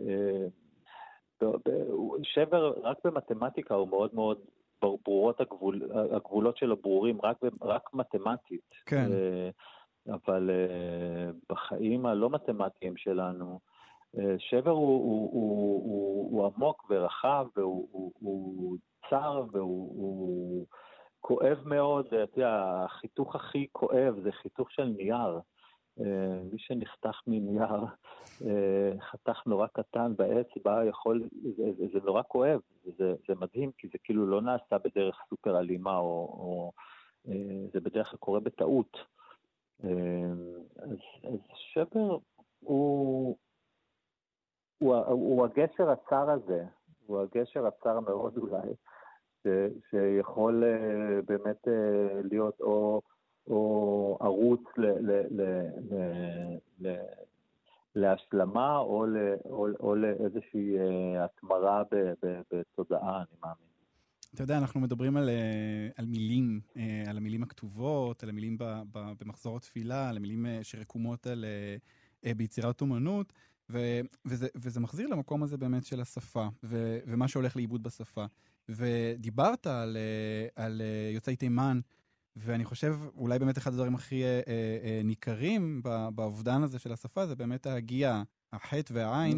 שבר רק במתמטיקה הוא מאוד מאוד ברורות הגבולות שלו ברורים, רק מתמטית. כן. אבל בחיים הלא מתמטיים שלנו, שבר הוא עמוק ורחב, והוא צר, והוא כואב מאוד. אתה יודע, החיתוך הכי כואב זה חיתוך של נייר. מי שנחתך מנייר, חתך נורא קטן באצבע, זה נורא כואב. זה מדהים, כי זה כאילו לא נעשה בדרך סופר אלימה, או זה בדרך כלל קורה בטעות. אז שבר הוא הגשר הצר הזה, הוא הגשר הצר מאוד אולי, שיכול באמת להיות או ערוץ להשלמה או לאיזושהי התמרה בתודעה, אני מאמין. אתה יודע, אנחנו מדברים על מילים, על המילים הכתובות, על המילים במחזור התפילה, על המילים שרקומות ביצירת אומנות, וזה מחזיר למקום הזה באמת של השפה, ומה שהולך לאיבוד בשפה. ודיברת על יוצאי תימן, ואני חושב, אולי באמת אחד הדברים הכי ניכרים באובדן הזה של השפה, זה באמת ההגיעה, החטא והעין,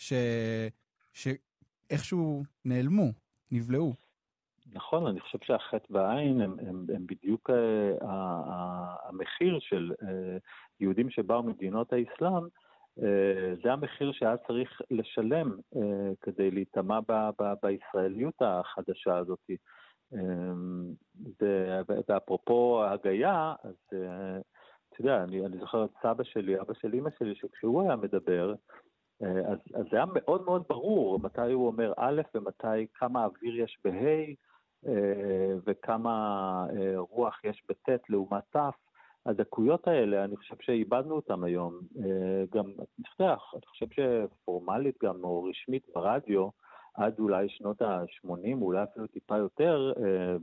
שאיכשהו נעלמו, נבלעו. נכון, אני חושב שהחטא והעין הם בדיוק המחיר של יהודים שבאו ממדינות האסלאם, זה המחיר שהיה צריך לשלם כדי להתאמה בישראליות החדשה הזאת. ואפרופו הגיה, אז אתה יודע, אני זוכר את סבא שלי, אבא של אמא שלי, שכשהוא היה מדבר, אז זה היה מאוד מאוד ברור מתי הוא אומר א' ומתי כמה אוויר יש בה' וכמה רוח יש בט' לעומת ת'. הדקויות האלה, אני חושב שאיבדנו אותם היום. גם נפתח, אני חושב שפורמלית גם או רשמית ברדיו, עד אולי שנות ה-80, אולי אפילו טיפה יותר,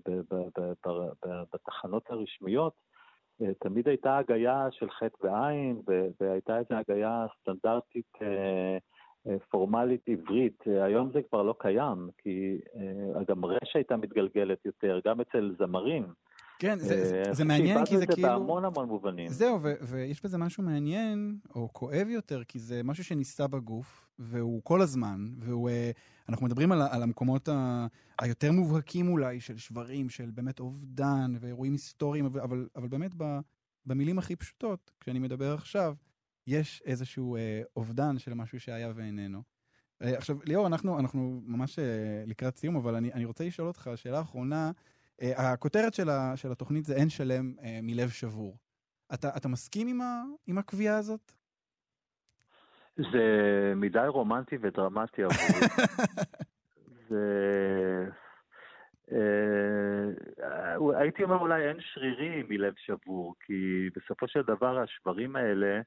בתחנות הרשמיות, תמיד הייתה הגיה של חטא ועין, והייתה איזו הגיה סטנדרטית פורמלית עברית. היום זה כבר לא קיים, כי גם רשע הייתה מתגלגלת יותר, גם אצל זמרים. כן, זה מעניין כי זה כאילו... בהמון המון מובנים. זהו, ויש בזה משהו מעניין, או כואב יותר, כי זה משהו שניסה בגוף, והוא כל הזמן, אנחנו מדברים על המקומות היותר מובהקים אולי, של שברים, של באמת אובדן, ואירועים היסטוריים, אבל באמת במילים הכי פשוטות, כשאני מדבר עכשיו, יש איזשהו אובדן של משהו שהיה ואיננו. עכשיו, ליאור, אנחנו ממש לקראת סיום, אבל אני רוצה לשאול אותך, שאלה האחרונה, הכותרת של התוכנית זה אין שלם מלב שבור. אתה מסכים עם הקביעה הזאת? זה מדי רומנטי ודרמטי עבורי. הייתי אומר אולי אין שרירי מלב שבור, כי בסופו של דבר השברים האלה,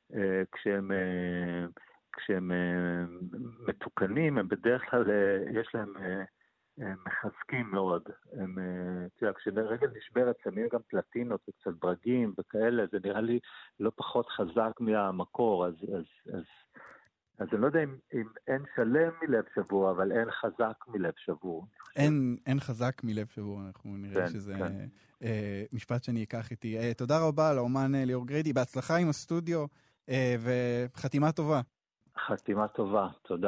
כשהם מתוקנים, הם בדרך כלל יש להם... הם מחזקים מאוד. כשרגל נשברת שמים גם פלטינות וקצת ברגים וכאלה, זה נראה לי לא פחות חזק מהמקור, אז אני לא יודע אם אין שלם מלב שבור, אבל אין חזק מלב שבור. אין חזק מלב שבור, אנחנו נראה שזה משפט שאני אקח איתי. תודה רבה לאומן ליאור גריידי, בהצלחה עם הסטודיו, וחתימה טובה. חתימה טובה, תודה.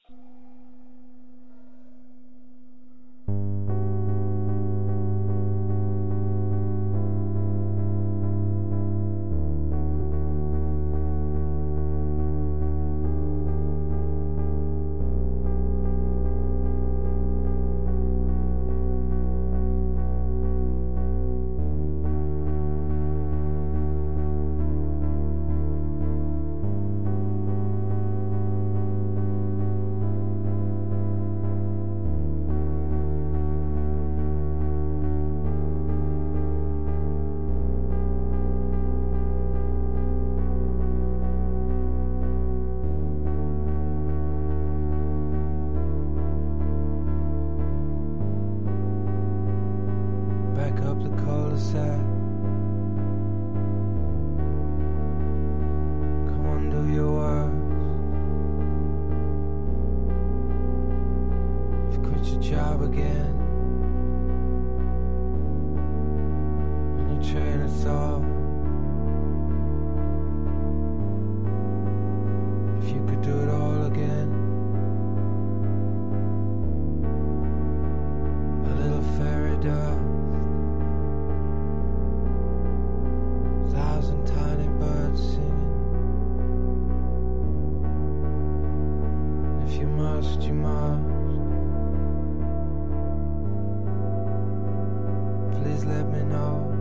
You must. Please let me know.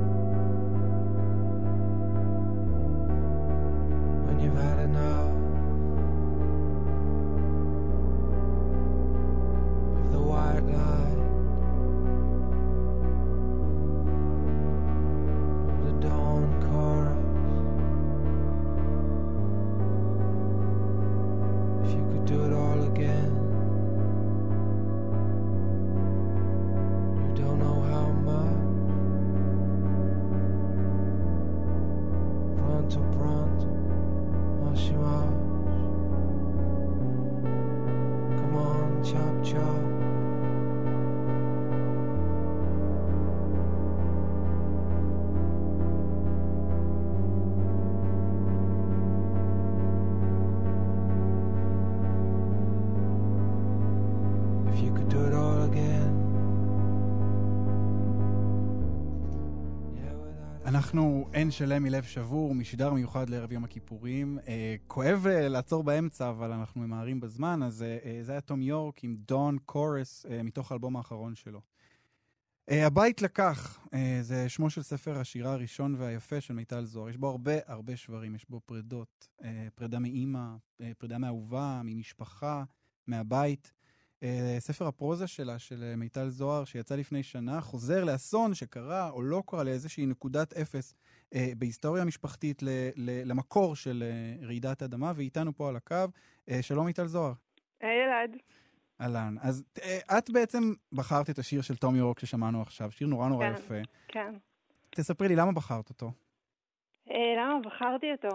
Pronto, pronto, mash mash. Come on, chop chop. If you could do it all again. אנחנו אין שלם מלב שבור, משדר מיוחד לערב יום הכיפורים. כואב לעצור באמצע, אבל אנחנו ממהרים בזמן, אז זה היה תום יורק עם דון קורס, מתוך האלבום האחרון שלו. הבית לקח, זה שמו של ספר השירה הראשון והיפה של מיטל זוהר. יש בו הרבה שברים, יש בו פרדות, פרדה מאמא, פרדה מאהובה, ממשפחה, מהבית. ספר הפרוזה שלה, של מיטל זוהר, שיצא לפני שנה, חוזר לאסון שקרה או לא קרה, לאיזושהי נקודת אפס בהיסטוריה המשפחתית, למקור של רעידת אדמה, ואיתנו פה על הקו. שלום מיטל זוהר. היי אלעד. אהלן. אז את בעצם בחרת את השיר של תום יורק ששמענו עכשיו, שיר נורא נורא יפה. כן. תספרי לי, למה בחרת אותו? למה בחרתי אותו?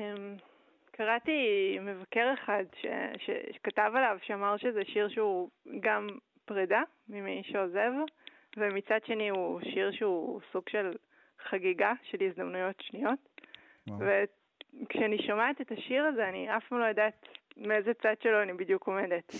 קראתי מבקר אחד שכתב עליו, שאמר שזה שיר שהוא גם פרידה ממי שעוזב, ומצד שני הוא שיר שהוא סוג של חגיגה של הזדמנויות שניות. וכשאני שומעת את השיר הזה, אני אף פעם לא יודעת מאיזה צד שלו אני בדיוק עומדת.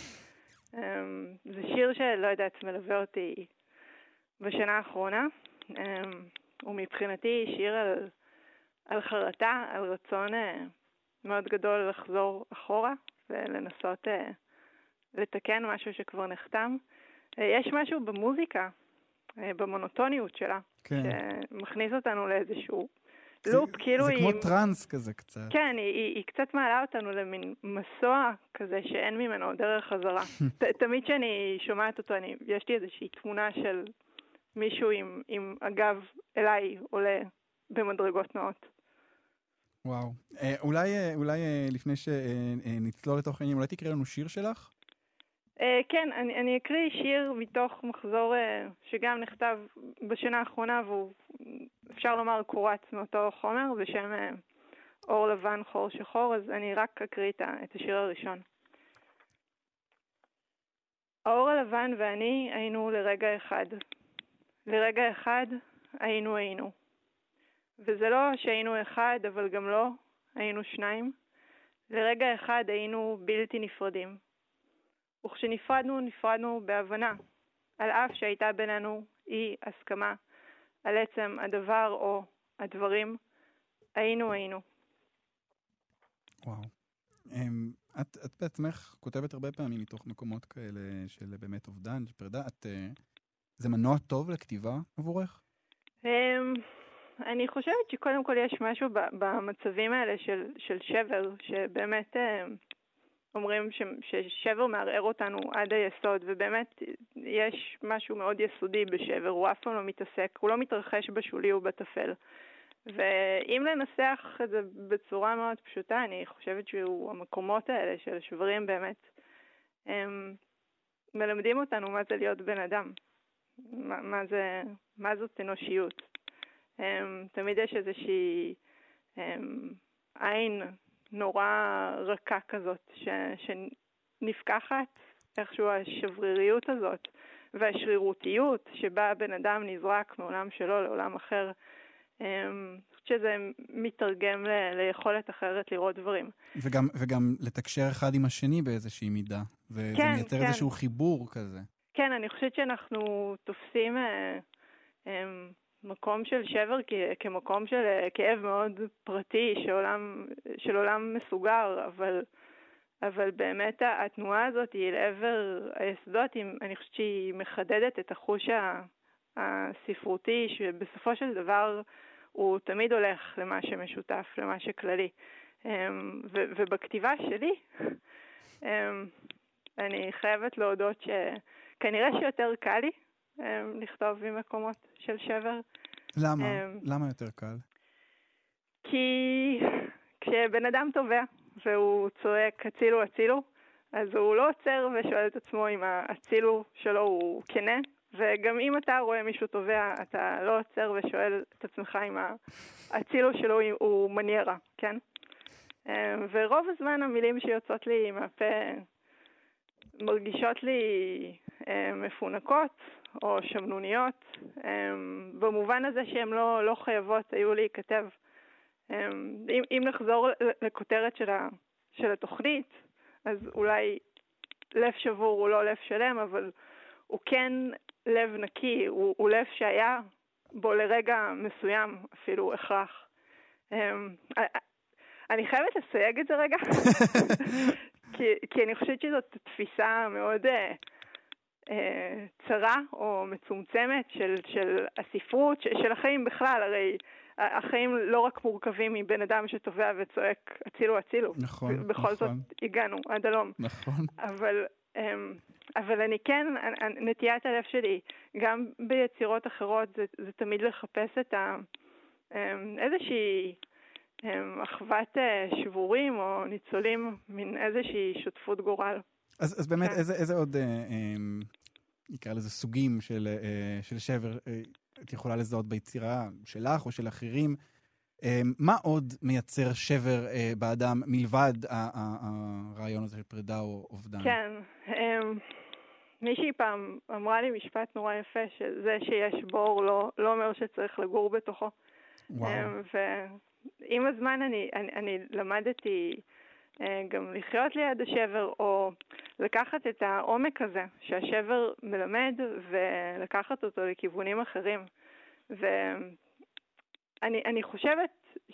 זה שיר שלא יודעת, מלווה אותי בשנה האחרונה. הוא מבחינתי שיר על חרטה, על רצון מאוד גדול לחזור אחורה ולנסות לתקן משהו שכבר נחתם. יש משהו במוזיקה, במונוטוניות שלה, שמכניס אותנו לאיזשהו לופ, כאילו זה כמו טרנס כזה קצת. כן, היא קצת מעלה אותנו למין מסוע כזה שאין ממנו דרך חזרה. תמיד שאני שומעת אותו, יש לי איזושהי תמונה של מישהו עם הגב אליי עולה במדרגות נאות. וואו. אולי לפני שנצלול לתוך העניין, אולי תקרא לנו שיר שלך? כן, אני אקריא שיר מתוך מחזור שגם נכתב בשנה האחרונה, והוא אפשר לומר קורץ מאותו חומר, בשם אור לבן חור שחור, אז אני רק אקריא את השיר הראשון. האור הלבן ואני היינו לרגע אחד. לרגע אחד היינו. וזה לא שהיינו אחד, אבל גם לא, היינו שניים. לרגע אחד היינו בלתי נפרדים. וכשנפרדנו, נפרדנו בהבנה, על אף שהייתה בינינו אי הסכמה, על עצם הדבר או הדברים, היינו. וואו. את בעצמך כותבת הרבה פעמים מתוך מקומות כאלה של באמת אובדן, של פרדה. זה מנוע טוב לכתיבה עבורך? אני חושבת שקודם כל יש משהו במצבים האלה של שבר, שבאמת אומרים ששבר מערער אותנו עד היסוד, ובאמת יש משהו מאוד יסודי בשבר, הוא אף פעם לא מתעסק, הוא לא מתרחש בשולי ובטפל. ואם לנסח את זה בצורה מאוד פשוטה, אני חושבת שהמקומות האלה של שברים באמת מלמדים אותנו מה זה להיות בן אדם, מה זאת אנושיות. תמיד יש איזושהי עין נורא רכה כזאת שנפקחת איכשהו השבריריות הזאת והשרירותיות שבה הבן אדם נזרק מעולם שלו לעולם אחר. שזה מתרגם ליכולת אחרת לראות דברים. וגם לתקשר אחד עם השני באיזושהי מידה. וזה מייצר איזשהו חיבור כזה. כן, אני חושבת שאנחנו תופסים מקום של שבר כמקום של כאב מאוד פרטי, של עולם מסוגר, אבל באמת התנועה הזאת היא לעבר היסודות, אני חושבת שהיא מחדדת את החוש הספרותי, שבסופו של דבר הוא תמיד הולך למה שמשותף, למה שכללי. ובכתיבה שלי, אני חייבת להודות שכנראה שיותר קל לי לכתוב במקומות של שבר. למה? למה יותר קל? כי כשבן אדם טובע והוא צועק הצילו, אז הוא לא עוצר ושואל את עצמו אם הצילו שלו הוא כנה, וגם אם אתה רואה מישהו טובע, אתה לא עוצר ושואל את עצמך אם הצילו שלו הוא מניירה, כן? ורוב הזמן המילים שיוצאות לי מהפה מרגישות לי מפונקות או שמנוניות, במובן הזה שהן לא חייבות היו להיכתב. אם נחזור לכותרת של התוכנית, אז אולי לב שבור הוא לא לב שלם, אבל הוא כן לב נקי, הוא לב שהיה בו לרגע מסוים אפילו הכרח. אני חייבת לסייג את זה רגע, כי אני חושבת שזאת תפיסה מאוד צרה או מצומצמת של הספרות, של החיים בכלל. הרי החיים לא רק מורכבים מבן אדם שטובע וצועק הצילו הצילו. נכון, בכל נכון. זאת הגענו עד הלום. נכון. אבל אני כן, נטיית הלב שלי, גם ביצירות אחרות, זה תמיד לחפש את איזושהי אחוות שבורים או ניצולים, מן איזושהי שותפות גורל. אז באמת, איזה עוד, נקרא לזה סוגים של שבר, את יכולה לזהות ביצירה שלך או של אחרים? מה עוד מייצר שבר באדם מלבד הרעיון הזה של פרידה או אובדן? כן, מישהי פעם אמרה לי משפט נורא יפה, שזה שיש בור לא אומר שצריך לגור בתוכו. ועם הזמן אני למדתי גם לחיות ליד השבר, או לקחת את העומק הזה שהשבר מלמד ולקחת אותו לכיוונים אחרים. ואני חושבת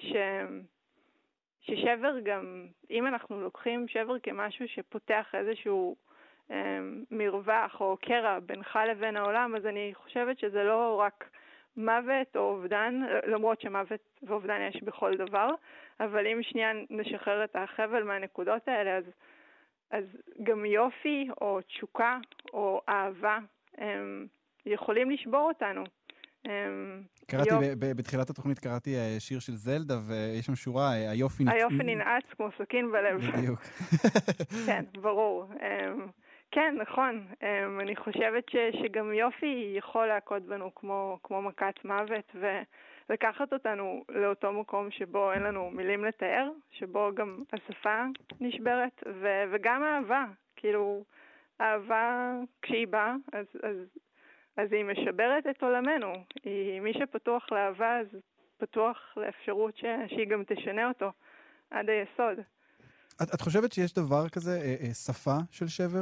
ששבר גם, אם אנחנו לוקחים שבר כמשהו שפותח איזשהו מרווח או קרע בינך לבין העולם, אז אני חושבת שזה לא רק מוות או אובדן, למרות שמוות ואובדן יש בכל דבר, אבל אם שנייה נשחרר את החבל מהנקודות האלה, אז גם יופי או תשוקה או אהבה יכולים לשבור אותנו. קראתי, בתחילת התוכנית קראתי שיר של זלדה, ויש שם שורה, היופי ננעץ כמו סכין בלב. בדיוק. כן, ברור. כן, נכון. אני חושבת שגם יופי יכול להכות בנו כמו מכת מוות, ולקחת אותנו לאותו מקום שבו אין לנו מילים לתאר, שבו גם השפה נשברת, וגם אהבה. כאילו, אהבה כשהיא באה, אז היא משברת את עולמנו. מי שפתוח לאהבה, אז פתוח לאפשרות שהיא גם תשנה אותו עד היסוד. את חושבת שיש דבר כזה, שפה של שבר?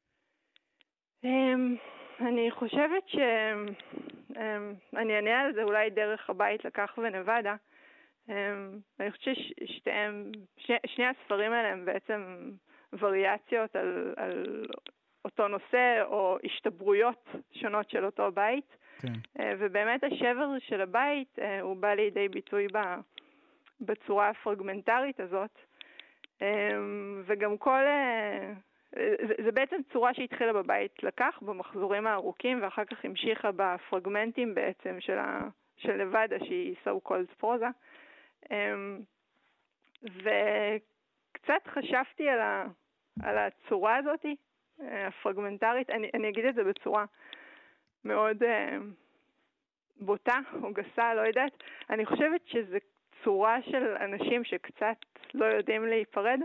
אני חושבת אני אענה על זה אולי דרך הבית לקח ונבדה. אני חושבת ששני הספרים האלה הם בעצם וריאציות על אותו נושא או השתברויות שונות של אותו בית. כן. ובאמת השבר של הבית הוא בא לידי ביטוי בצורה הפרגמנטרית הזאת. וגם זה בעצם צורה שהתחילה בבית לקח, במחזורים הארוכים, ואחר כך המשיכה בפרגמנטים בעצם של לבדה, שהיא so called פרוזה. וקצת חשבתי על הצורה הזאת, הפרגמנטרית. אני אגיד את זה בצורה מאוד בוטה או גסה, לא יודעת. אני חושבת שזה צורה של אנשים שקצת לא יודעים להיפרד.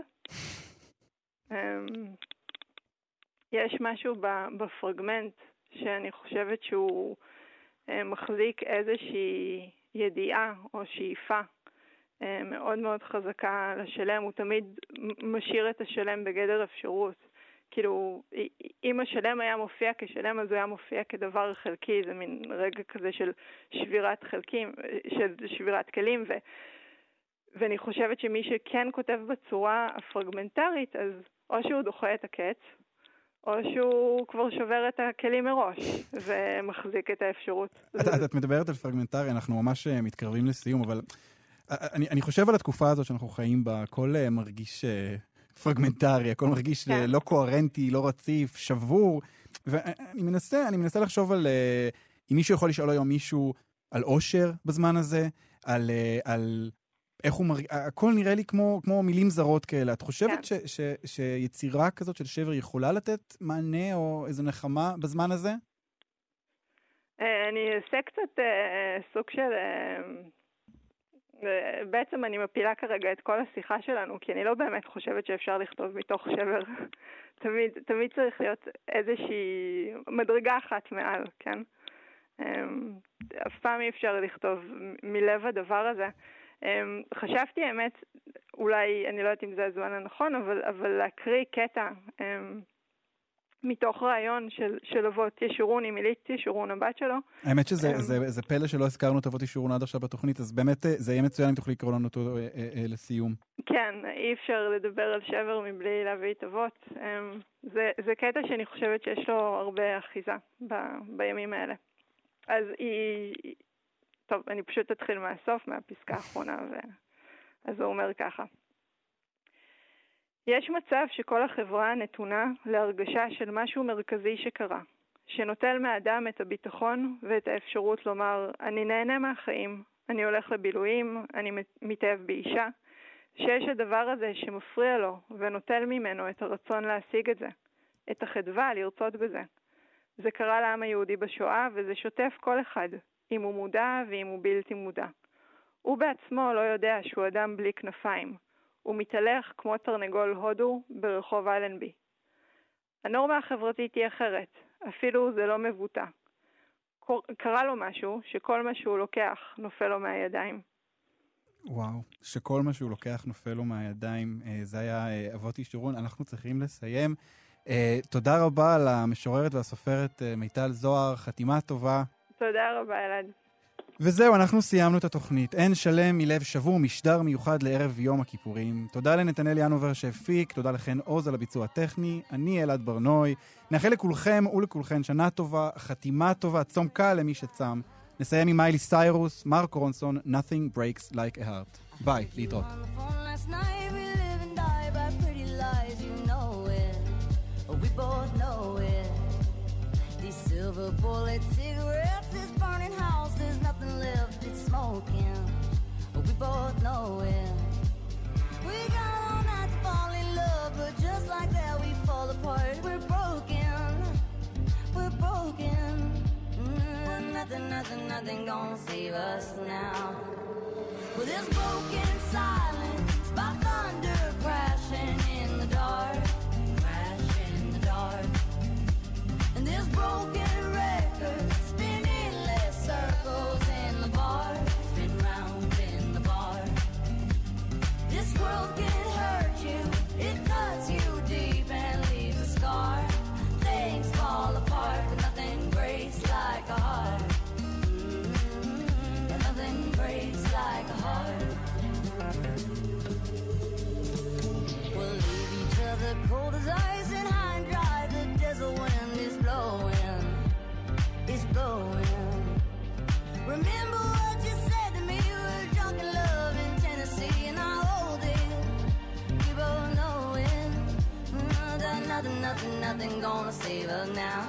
יש משהו בפרגמנט שאני חושבת שהוא מחזיק איזושהי ידיעה או שאיפה מאוד מאוד חזקה לשלם. הוא תמיד משאיר את השלם בגדר אפשרות. כאילו, אם השלם היה מופיע כשלם, אז הוא היה מופיע כדבר חלקי. זה מין רגע כזה של שבירת חלקים, של שבירת כלים, ואני חושבת שמי שכן כותב בצורה הפרגמנטרית, אז או שהוא דוחה את הקץ, או שהוא כבר שובר את הכלים מראש, ומחזיק את האפשרות. את מדברת על פרגמנטרי, אנחנו ממש מתקרבים לסיום, אבל אני חושב על התקופה הזאת שאנחנו חיים בה, הכל מרגיש פרגמנטרי, הכל מרגיש לא קוהרנטי, לא רציף, שבור, ואני מנסה לחשוב על, אם מישהו יכול לשאול היום מישהו על אושר בזמן הזה, על איך הוא מרגיש, הכל נראה לי כמו מילים זרות כאלה. את חושבת שיצירה כזאת של שבר יכולה לתת מענה או איזו נחמה בזמן הזה? אני אעשה קצת סוג של... בעצם אני מפילה כרגע את כל השיחה שלנו, כי אני לא באמת חושבת שאפשר לכתוב מתוך שבר. תמיד צריך להיות איזושהי מדרגה אחת מעל, כן? אף פעם אי אפשר לכתוב מלב הדבר הזה. חשבתי, האמת, אולי, אני לא יודעת אם זה הזמן הנכון, אבל להקריא קטע מתוך רעיון של אבות ישורון, עם מילית ישורון, הבת שלו. האמת שזה פלא שלא הזכרנו את אבות ישורון עד עכשיו בתוכנית, אז באמת זה יהיה מצוין אם תוכלי לקרוא לנו אותו לסיום. כן, אי אפשר לדבר על שבר מבלי להביא את אבות. זה קטע שאני חושבת שיש לו הרבה אחיזה בימים האלה. אז טוב, אני פשוט אתחיל מהסוף, מהפסקה האחרונה, אז הוא אומר ככה. יש מצב שכל החברה נתונה להרגשה של משהו מרכזי שקרה, שנוטל מהאדם את הביטחון ואת האפשרות לומר, אני נהנה מהחיים, אני הולך לבילויים, אני מתאהב באישה, שיש הדבר הזה שמפריע לו ונוטל ממנו את הרצון להשיג את זה, את החדווה לרצות בזה. זה קרה לעם היהודי בשואה וזה שוטף כל אחד, אם הוא מודע ואם הוא בלתי מודע. הוא בעצמו לא יודע שהוא אדם בלי כנפיים. הוא מתהלך כמו תרנגול הודו ברחוב אלנבי. הנורמה החברתית היא אחרת, אפילו זה לא מבוטא. קרה לו משהו שכל מה שהוא לוקח נופל לו מהידיים. וואו, שכל מה שהוא לוקח נופל לו מהידיים, זה היה אבות ישורון. אנחנו צריכים לסיים. תודה רבה למשוררת והסופרת מיטל זוהר, חתימה טובה. תודה רבה אלעד. וזהו, אנחנו סיימנו את התוכנית. אין שלם מלב שבור, משדר מיוחד לערב יום הכיפורים. תודה לנתנאל ינובר שהפיק, תודה לכן עוז על הביצוע הטכני, אני אלעד ברנוי. נאחל לכולכם ולכולכן שנה טובה, חתימה טובה, צום קל למי שצם. נסיים עם מיילי סיירוס, מרק רונסון, Nothing Breaks Like a Heart. ביי, להתראות. Silver bullet cigarettes, this burning house, there's nothing left, it's smoking. We both know it. We got all night to fall in love, but just like that we fall apart. We're broken, we're broken. Nothing gonna save us now. Well, this broken silence by thunder crashing in the dark, crashing in the dark. And this broken record spinning less circles in the bar, spin round in the bar. This world can hurt you, it cuts you deep and leaves a scar. Things fall apart, but nothing breaks like a heart. And nothing breaks like a heart. We'll leave each other cold as ice and high and dry. The desert wind is blowing, it's blowing. Remember what you said to me, we were drunk in love in Tennessee, and I hold it, we both know it. That nothing gonna save us now.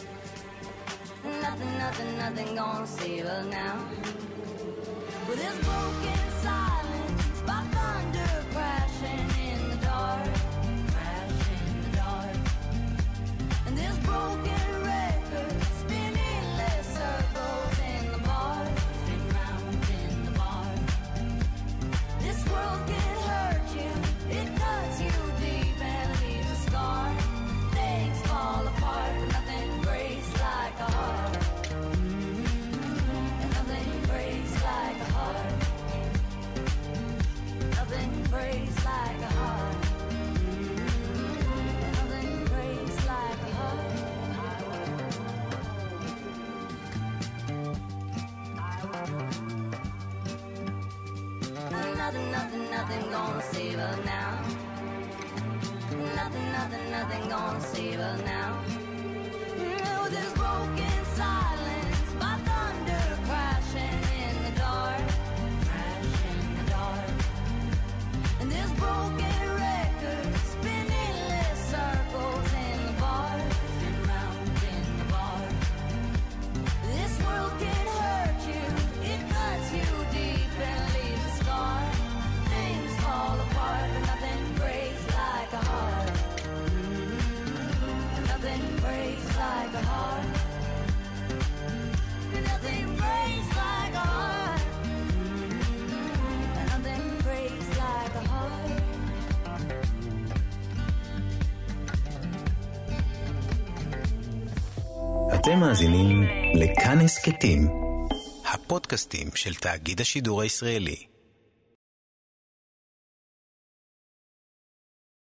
Nothing gonna save us now. With this broken silence by thunder crashing in the dark, crashing in the dark. And this broken record spinning less circles in the bar, spin round in the bar. This world can hurt you, it cuts you deep and leaves a scar. Things fall apart, but nothing breaks like a heart. And nothing breaks like a heart. Nothing breaks like a heart. Nothing breaks like a heart. Nothing gonna save us now. Nothing gonna save us now. With this broken silence by thunder crashing in the dark, crashing in the dark. And this broken record spinning less circles in the bar, spin round in the bar. This world can hurt you, it cuts you deep and leaves a scar. Things fall apart, but nothing breaks like a heart. Nothing breaks like a heart. אתם מאזינים לכאן הסכתים, הפודקאסטים של תאגיד השידור הישראלי.